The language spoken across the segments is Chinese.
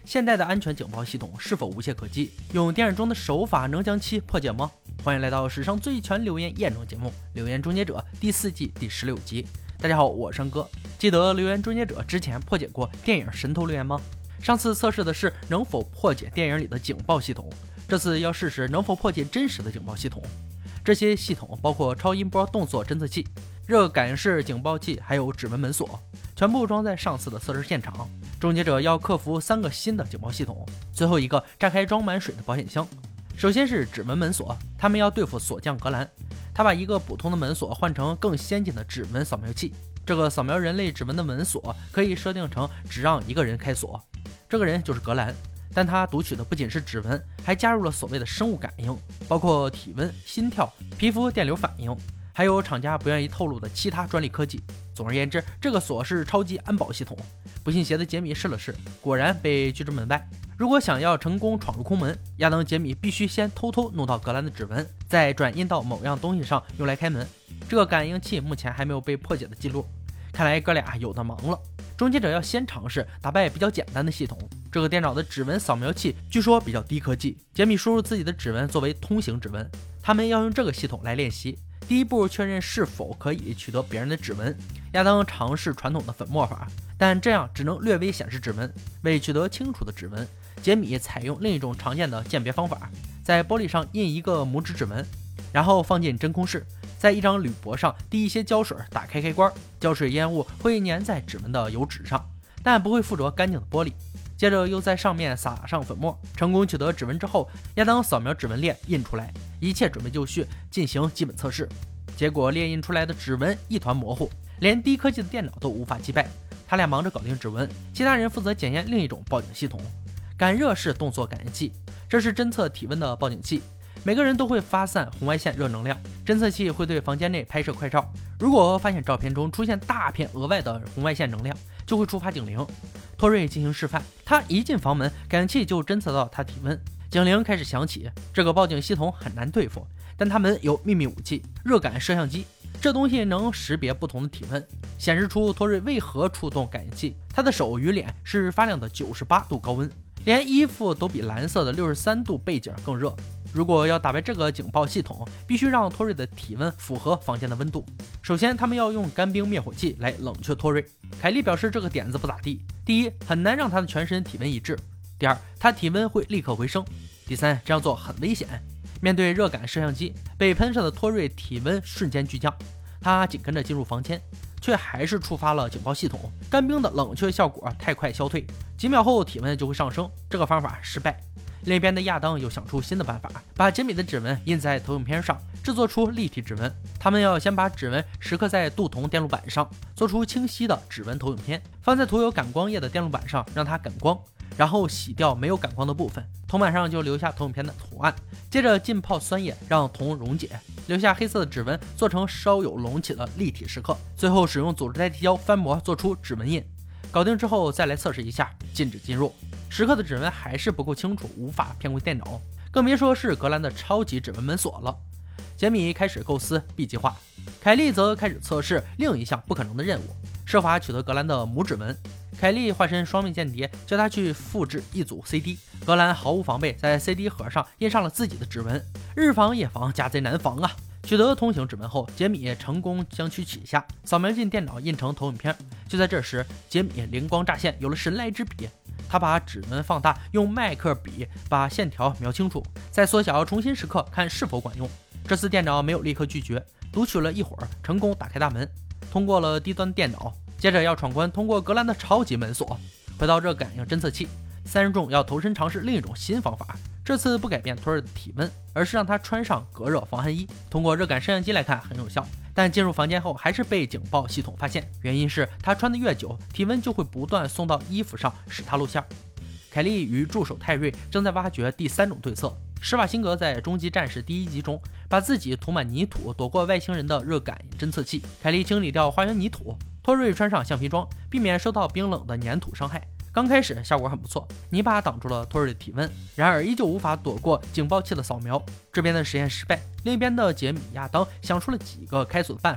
现代的安全警报系统是否无懈可击？用电影中的手法能将其破解吗？欢迎来到史上最全留言验证节目《留言终结者》第4季第16集。大家好，我山哥。记得留言终结者之前破解过电影神偷留言吗？上次测试的是能否破解电影里的警报系统，这次要试试能否破解真实的警报系统。这些系统包括超音波动作侦测器、热感式警报器，还有指纹门锁，全部装在上次的测试现场。终结者要克服3个新的警报系统，最后一个炸开装满水的保险箱。首先是指纹门锁，他们要对付锁匠格兰，他把一个普通的门锁换成更先进的指纹扫描器。这个扫描人类指纹的门锁可以设定成只让一个人开锁，这个人就是格兰。但他读取的不仅是指纹，还加入了所谓的生物感应，包括体温、心跳、皮肤电流反应，还有厂家不愿意透露的其他专利科技。总而言之，这个锁是超级安保系统。不信邪的杰米试了试，果然被拒之门外。如果想要成功闯入空门，亚当杰米必须先偷偷弄到格兰的指纹，再转印到某样东西上用来开门。这个感应器目前还没有被破解的记录，看来哥俩有的忙了。终结者要先尝试打败比较简单的系统。这个电脑的指纹扫描器据说比较低科技，杰米输入自己的指纹作为通行指纹，他们要用这个系统来练习。第一步确认是否可以取得别人的指纹，亚当尝试传统的粉末法，但这样只能略微显示指纹。为取得清楚的指纹，杰米采用另一种常见的鉴别方法，在玻璃上印一个拇指指纹，然后放进真空室，在一张铝箔上滴一些胶水，打开开关，胶水烟雾会粘在指纹的油纸上，但不会附着干净的玻璃。接着又在上面撒上粉末，成功取得指纹之后，亚当扫描指纹链印出来，一切准备就绪，进行基本测试。结果列印出来的指纹一团模糊，连低科技的电脑都无法击败。他俩忙着搞定指纹，其他人负责检验另一种报警系统——感热式动作感应器。这是侦测体温的报警器，每个人都会发散红外线热能量，侦测器会对房间内拍摄快照，如果发现照片中出现大片额外的红外线能量，就会触发警铃。托瑞进行示范，他一进房门，感应器就侦测到他体温，警铃开始响起。这个报警系统很难对付，但他们有秘密武器——热感摄像机。这东西能识别不同的体温，显示出托瑞为何触动感应器。他的手与脸是发亮的98度高温，连衣服都比蓝色的63度背景更热。如果要打败这个警报系统，必须让托瑞的体温符合房间的温度。首先，他们要用干冰灭火器来冷却托瑞。凯莉表示这个点子不咋地。第一，很难让他的全身体温一致；第二，他体温会立刻回升；第三，这样做很危险。面对热感摄像机，被喷射的托瑞体温瞬间巨降，他紧跟着进入房间，却还是触发了警报系统。干冰的冷却效果太快消退，几秒后体温就会上升，这个方法失败。另一边的亚当又想出新的办法，把杰米的指纹印在投影片上，制作出立体指纹。他们要先把指纹蚀刻在镀铜电路板上，做出清晰的指纹投影片，放在涂有感光液的电路板上，让它感光，然后洗掉没有感光的部分，铜板上就留下投影片的图案。接着浸泡酸液，让铜溶解，留下黑色的指纹，做成稍有隆起的立体蚀刻。最后使用组织代替胶翻模，做出指纹印。搞定之后再来测试一下，禁止进入。蚀刻的指纹还是不够清楚，无法骗过电脑，更别说是格兰的超级指纹门锁了。杰米开始构思 B 计划，凯莉则开始测试另一项不可能的任务，设法取得格兰的拇指纹。凯莉化身双面间谍，叫他去复制一组 CD。格兰毫无防备，在 CD 盒上印上了自己的指纹。日防夜防，家贼难防啊！取得通行指纹后，杰米成功将其取下，扫描进电脑，印成投影片。就在这时，杰米灵光乍现，有了神来之笔。他把指纹放大，用麦克笔把线条描清楚，再缩小，重新蚀刻，看是否管用。这次电脑没有立刻拒绝，读取了一会儿，成功打开大门，通过了低端电脑。接着要闯关，通过格兰的超级门锁。回到热感应侦测器，3人众要投身尝试另一种新方法。这次不改变托瑞的体温，而是让他穿上隔热防寒衣。通过热感摄像机来看很有效，但进入房间后还是被警报系统发现，原因是他穿得越久，体温就会不断送到衣服上，使他露馅。凯莉与助手泰瑞正在挖掘第3种对策。施瓦辛格在《终极战士》第1集中把自己涂满泥土，躲过外星人的热感应侦测器。凯莉清理掉花园泥土，托瑞穿上橡皮装，避免受到冰冷的粘土伤害。刚开始效果很不错，泥巴挡住了托瑞的体温，然而依旧无法躲过警报器的扫描。这边的实验失败，另一边的杰米亚当想出了几个开锁的办法，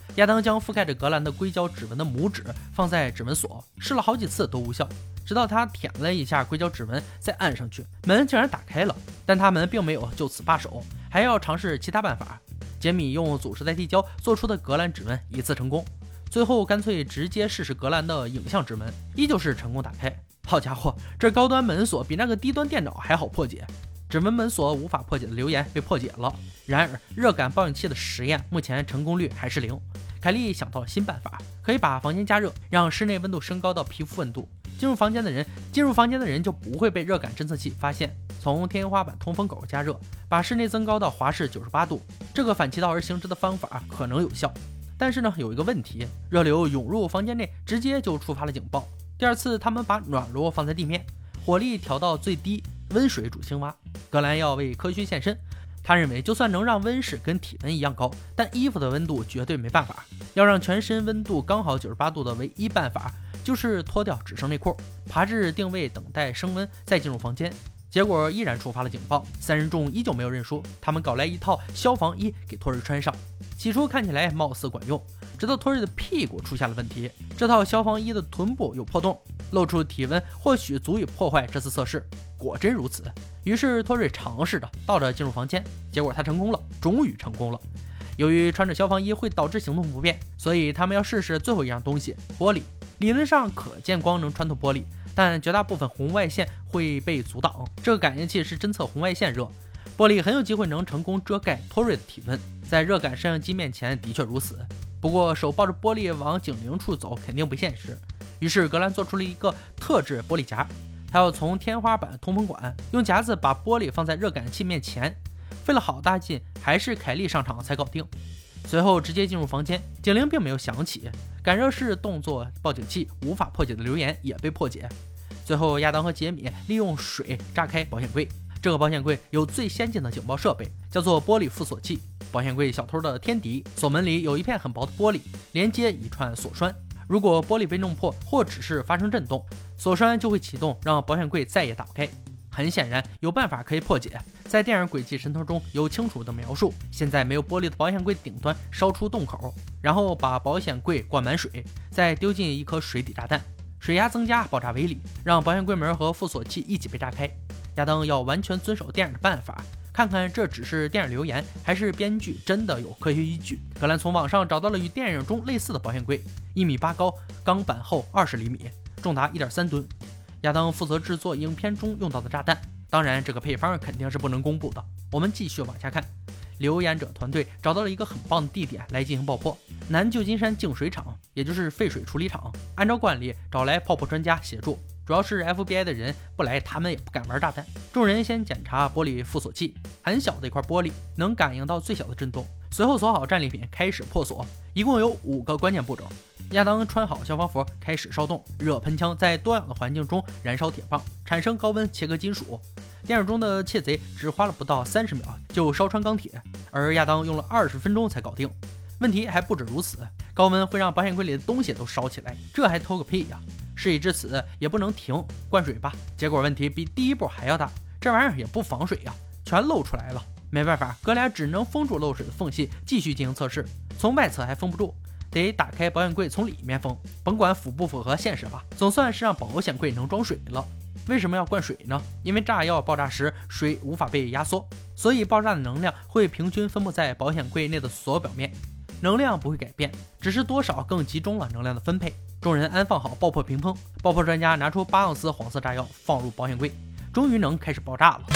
亚当将覆盖着格兰的硅胶指纹的拇指放在指纹锁，试了好几次都无效，直到他舔了一下硅胶指纹再按上去，门竟然打开了。但他们并没有就此罢手，还要尝试其他办法。杰米用组织代替胶做出的格兰指纹一次成功，最后干脆直接试试格兰的影像指纹，依旧是成功打开。好家伙，这高端门锁比那个低端电脑还好破解。指纹门锁无法破解的留言被破解了，然而热感报应器的实验目前成功率还是0。凯莉想到了新办法，可以把房间加热，让室内温度升高到皮肤温度，进入房间的人就不会被热感侦测器发现。从天花板通风口加热，把室内增高到华氏98度，这个反其道而行之的方法可能有效。但是呢，有一个问题，热流涌入房间内，直接就触发了警报。第二次，他们把暖炉放在地面，火力调到最低，温水煮青蛙。格兰要为科学献身，他认为就算能让温室跟体温一样高，但衣服的温度绝对没办法。要让全身温度刚好98度的唯一办法，就是脱掉只剩内裤，爬至定位等待升温，再进入房间。结果依然触发了警报，三人众依旧没有认输，他们搞来一套消防衣给托瑞穿上。起初看起来貌似管用，直到托瑞的屁股出现了问题。这套消防衣的臀部有破洞，露出体温或许足以破坏这次测试。果真如此，于是托瑞尝试着倒着进入房间，结果他成功了，终于成功了。由于穿着消防衣会导致行动不便，所以他们要试试最后一样东西——玻璃。理论上可见光能穿透玻璃，但绝大部分红外线会被阻挡。这个感应器是侦测红外线热，玻璃很有机会能成功遮盖托瑞的体温。在热感摄像机面前的确如此，不过手抱着玻璃往警铃处走肯定不现实。于是格兰做出了一个特制玻璃夹，他要从天花板通风管用夹子把玻璃放在热感器面前，费了好大劲，还是凯莉上场才搞定。随后直接进入房间，警铃并没有响起，感热式动作报警器无法破解的留言也被破解。最后亚当和杰米利用水炸开保险柜，这个保险柜有最先进的警报设备，叫做玻璃附锁器，保险柜小偷的天敌。锁门里有一片很薄的玻璃，连接一串锁栓，如果玻璃被弄破或只是发生震动，锁栓就会启动，让保险柜再也打不开。很显然有办法可以破解，在电影《轨迹神偷》中有清楚的描述。现在没有玻璃的保险柜顶端烧出洞口，然后把保险柜灌满水，再丢进一颗水底炸弹，水压增加爆炸威力，让保险柜门和附锁器一起被炸开。亚当要完全遵守电影的办法，看看这只是电影留言还是编剧真的有科学依据。格兰从网上找到了与电影中类似的保险柜，1.8米高，钢板厚20厘米，重达1.3吨。亚当负责制作影片中用到的炸弹，当然这个配方肯定是不能公布的。我们继续往下看，留言者团队找到了一个很棒的地点来进行爆破，南旧金山净水厂，也就是废水处理厂。按照惯例找来爆破专家协助，主要是 FBI 的人不来，他们也不敢玩炸弹。众人先检查玻璃附锁器，很小的一块玻璃，能感应到最小的震动。随后锁好战利品，开始破锁，一共有5个关键步骤。亚当穿好消防服，开始烧动，热喷枪在多氧的环境中燃烧铁棒，产生高温切割金属。电影中的窃贼只花了不到30秒就烧穿钢铁，而亚当用了20分钟才搞定。问题还不止如此，高温会让保险柜里的东西都烧起来，这还偷个屁呀！事已至此也不能停，灌水吧。结果问题比第一步还要大，这玩意儿也不防水呀，全漏出来了。没办法，哥俩只能封住漏水的缝隙，继续进行测试。从外侧还封不住，得打开保险柜从里面封，甭管符不符合现实吧，总算是让保险柜能装水了。为什么要灌水呢？因为炸药爆炸时水无法被压缩，所以爆炸的能量会平均分布在保险柜内的锁表面，能量不会改变，只是多少更集中了能量的分配。众人安放好爆破屏风，爆破专家拿出8盎司黄色炸药放入保险柜，终于能开始爆炸了。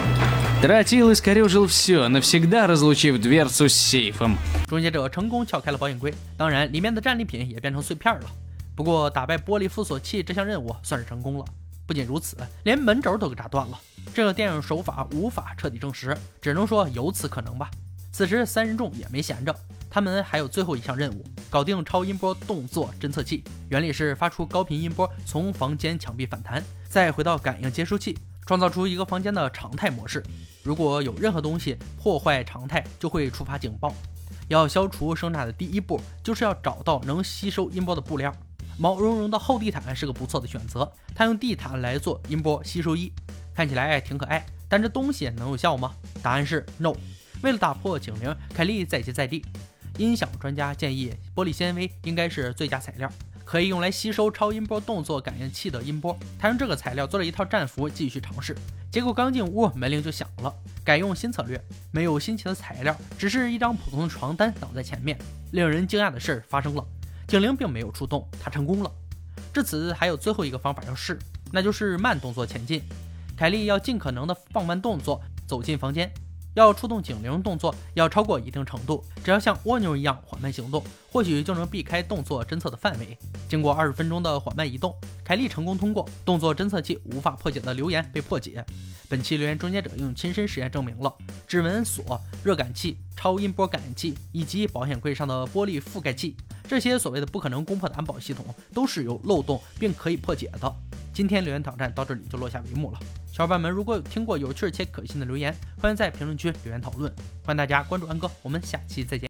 Тротил искорежил все, навсегда разлучив дверцу с сейфом。 终结者成功撬开了保险柜，当然里面的战利品也变成碎片了。不过打败玻璃附锁器这项任务算是成功了。不仅如此，连门轴都给炸断了。这个电影手法无法彻底证实，只能说有此可能吧。此时三人众也没闲着，他们还有最后一项任务，搞定超音波动作侦测器。原理是发出高频音波从房间墙壁反弹，再回到感应接收器，创造出一个房间的常态模式。如果有任何东西破坏常态，就会触发警报。要消除声呐的第一步，就是要找到能吸收音波的布料。毛茸茸的厚地毯是个不错的选择，他用地毯来做音波吸收衣，看起来挺可爱，但这东西能有效吗？答案是 no。 为了打破警铃，凯莉再接再厉， 音响专家建议玻璃纤维应该是最佳材料，可以用来吸收超音波动作感应器的音波。他用这个材料做了一套战服，继续尝试。结果刚进屋，门铃就响了，改用新策略，没有新奇的材料，只是一张普通的床单挡在前面。令人惊讶的事发生了，警铃并没有触动，他成功了。至此还有最后一个方法要试，那就是慢动作前进。凯莉要尽可能的放慢动作，走进房间。要触动警铃动作要超过一定程度，只要像蜗牛一样缓慢行动，或许就能避开动作侦测的范围。经过20分钟的缓慢移动，凯莉成功通过，动作侦测器无法破解的留言被破解。本期留言终结者用亲身实验证明了指纹锁、热感器、超音波感应器以及保险柜上的玻璃覆盖器，这些所谓的不可能攻破的安保系统都是有漏洞并可以破解的。今天留言挑战到这里就落下帷幕了。小伙伴们，如果有听过有趣且可信的留言，欢迎在评论区留言讨论。欢迎大家关注安哥，我们下期再见。